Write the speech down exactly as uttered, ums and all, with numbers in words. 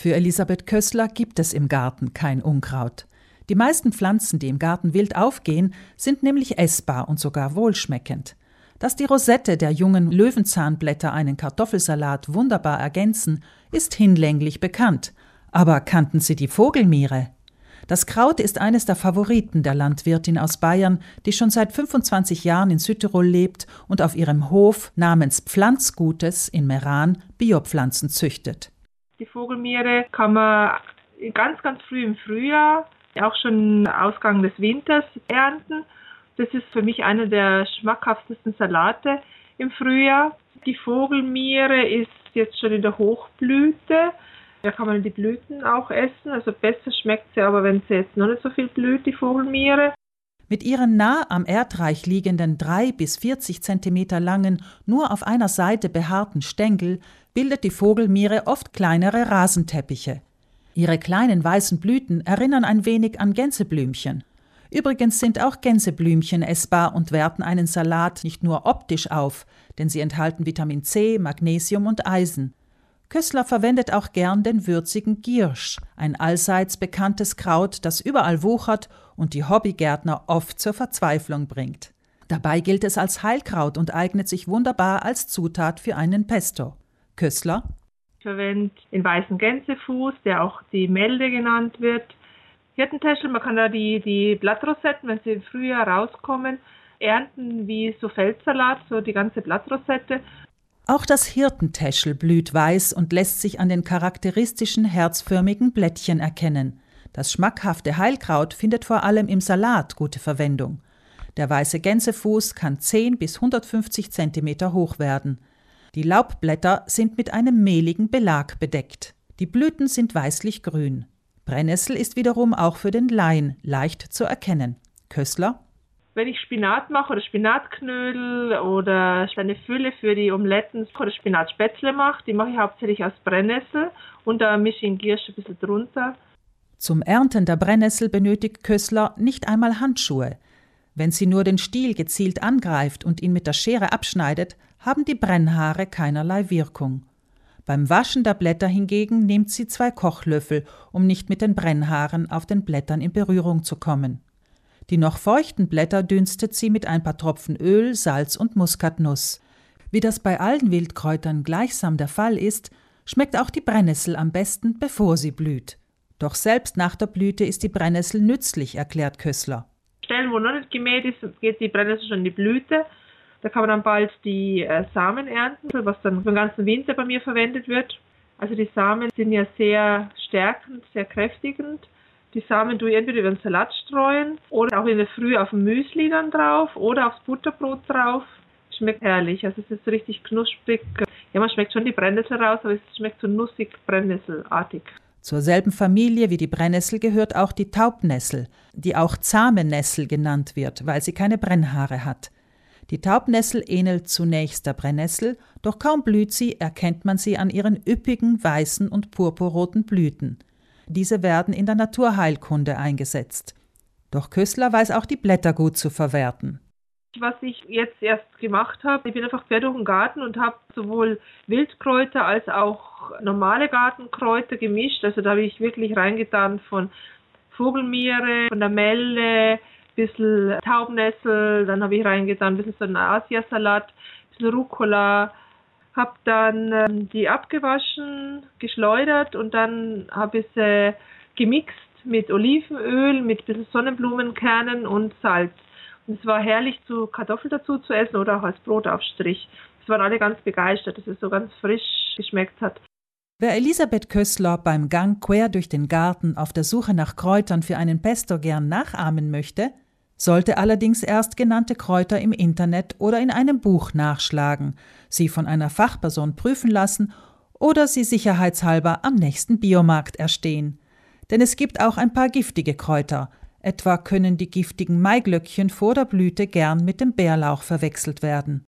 Für Elisabeth Kössler gibt es im Garten kein Unkraut. Die meisten Pflanzen, die im Garten wild aufgehen, sind nämlich essbar und sogar wohlschmeckend. Dass die Rosette der jungen Löwenzahnblätter einen Kartoffelsalat wunderbar ergänzen, ist hinlänglich bekannt. Aber kannten Sie die Vogelmiere? Das Kraut ist eines der Favoriten der Landwirtin aus Bayern, die schon seit fünfundzwanzig Jahren in Südtirol lebt und auf ihrem Hof namens Pflanzgutes in Meran Biopflanzen züchtet. Die Vogelmiere kann man ganz, ganz früh im Frühjahr, auch schon Ausgang des Winters, ernten. Das ist für mich einer der schmackhaftesten Salate im Frühjahr. Die Vogelmiere ist jetzt schon in der Hochblüte. Da kann man die Blüten auch essen. Also besser schmeckt sie aber, wenn sie jetzt noch nicht so viel blüht, die Vogelmiere. Mit ihren nah am Erdreich liegenden drei bis vierzig Zentimeter langen, nur auf einer Seite behaarten Stängel bildet die Vogelmiere oft kleinere Rasenteppiche. Ihre kleinen weißen Blüten erinnern ein wenig an Gänseblümchen. Übrigens sind auch Gänseblümchen essbar und werten einen Salat nicht nur optisch auf, denn sie enthalten Vitamin C, Magnesium und Eisen. Kössler verwendet auch gern den würzigen Giersch, ein allseits bekanntes Kraut, das überall wuchert und die Hobbygärtner oft zur Verzweiflung bringt. Dabei gilt es als Heilkraut und eignet sich wunderbar als Zutat für einen Pesto. Kössler? Ich verwende den weißen Gänsefuß, der auch die Melde genannt wird. Hirtentäschel, man kann da die, die Blattrosetten, wenn sie im Frühjahr rauskommen, ernten wie so Feldsalat, so die ganze Blattrosette. Auch das Hirtentäschel blüht weiß und lässt sich an den charakteristischen herzförmigen Blättchen erkennen. Das schmackhafte Heilkraut findet vor allem im Salat gute Verwendung. Der weiße Gänsefuß kann zehn bis hundertfünfzig Zentimeter hoch werden. Die Laubblätter sind mit einem mehligen Belag bedeckt. Die Blüten sind weißlich-grün. Brennnessel ist wiederum auch für den Laien leicht zu erkennen. Kössler? Wenn ich Spinat mache oder Spinatknödel oder eine Fülle für die Omeletten oder Spinatspätzle mache, die mache ich hauptsächlich aus Brennnessel und da mische ich den Giersch ein bisschen drunter. Zum Ernten der Brennnessel benötigt Kössler nicht einmal Handschuhe. Wenn sie nur den Stiel gezielt angreift und ihn mit der Schere abschneidet, haben die Brennhaare keinerlei Wirkung. Beim Waschen der Blätter hingegen nimmt sie zwei Kochlöffel, um nicht mit den Brennhaaren auf den Blättern in Berührung zu kommen. Die noch feuchten Blätter dünstet sie mit ein paar Tropfen Öl, Salz und Muskatnuss. Wie das bei allen Wildkräutern gleichsam der Fall ist, schmeckt auch die Brennnessel am besten, bevor sie blüht. Doch selbst nach der Blüte ist die Brennnessel nützlich, erklärt Kössler. Stellen, wo noch nicht gemäht ist, geht die Brennnessel schon in die Blüte. Da kann man dann bald die äh, Samen ernten, was dann für den ganzen Winter bei mir verwendet wird. Also die Samen sind ja sehr stärkend, sehr kräftigend. Die Samen tue ich entweder über den Salat streuen oder auch in der Früh auf dem Müsli dann drauf oder aufs Butterbrot drauf. Schmeckt herrlich, also es ist so richtig knusprig. Ja, man schmeckt schon die Brennnessel raus, aber es schmeckt so nussig brennnesselartig. Zur selben Familie wie die Brennnessel gehört auch die Taubnessel, die auch zahme Nessel genannt wird, weil sie keine Brennhaare hat. Die Taubnessel ähnelt zunächst der Brennnessel, doch kaum blüht sie, erkennt man sie an ihren üppigen, weißen und purpurroten Blüten. Diese werden in der Naturheilkunde eingesetzt. Doch Kössler weiß auch die Blätter gut zu verwerten. Was ich jetzt erst gemacht habe, ich bin einfach quer durch den Garten und habe sowohl Wildkräuter als auch normale Gartenkräuter gemischt. Also da habe ich wirklich reingetan von Vogelmiere, von der Melde, ein bisschen Taubnessel, dann habe ich reingetan ein bisschen so einen Asiasalat, ein bisschen Rucola. Habe dann ähm, die abgewaschen, geschleudert und dann habe ich sie gemixt mit Olivenöl, mit ein bisschen Sonnenblumenkernen und Salz. Und es war herrlich, zu Kartoffeln dazu zu essen oder auch als Brotaufstrich. Es waren alle ganz begeistert, dass es so ganz frisch geschmeckt hat. Wer Elisabeth Kössler beim Gang quer durch den Garten auf der Suche nach Kräutern für einen Pesto gern nachahmen möchte, sollte allerdings erst genannte Kräuter im Internet oder in einem Buch nachschlagen, sie von einer Fachperson prüfen lassen oder sie sicherheitshalber am nächsten Biomarkt erstehen. Denn es gibt auch ein paar giftige Kräuter. Etwa können die giftigen Maiglöckchen vor der Blüte gern mit dem Bärlauch verwechselt werden.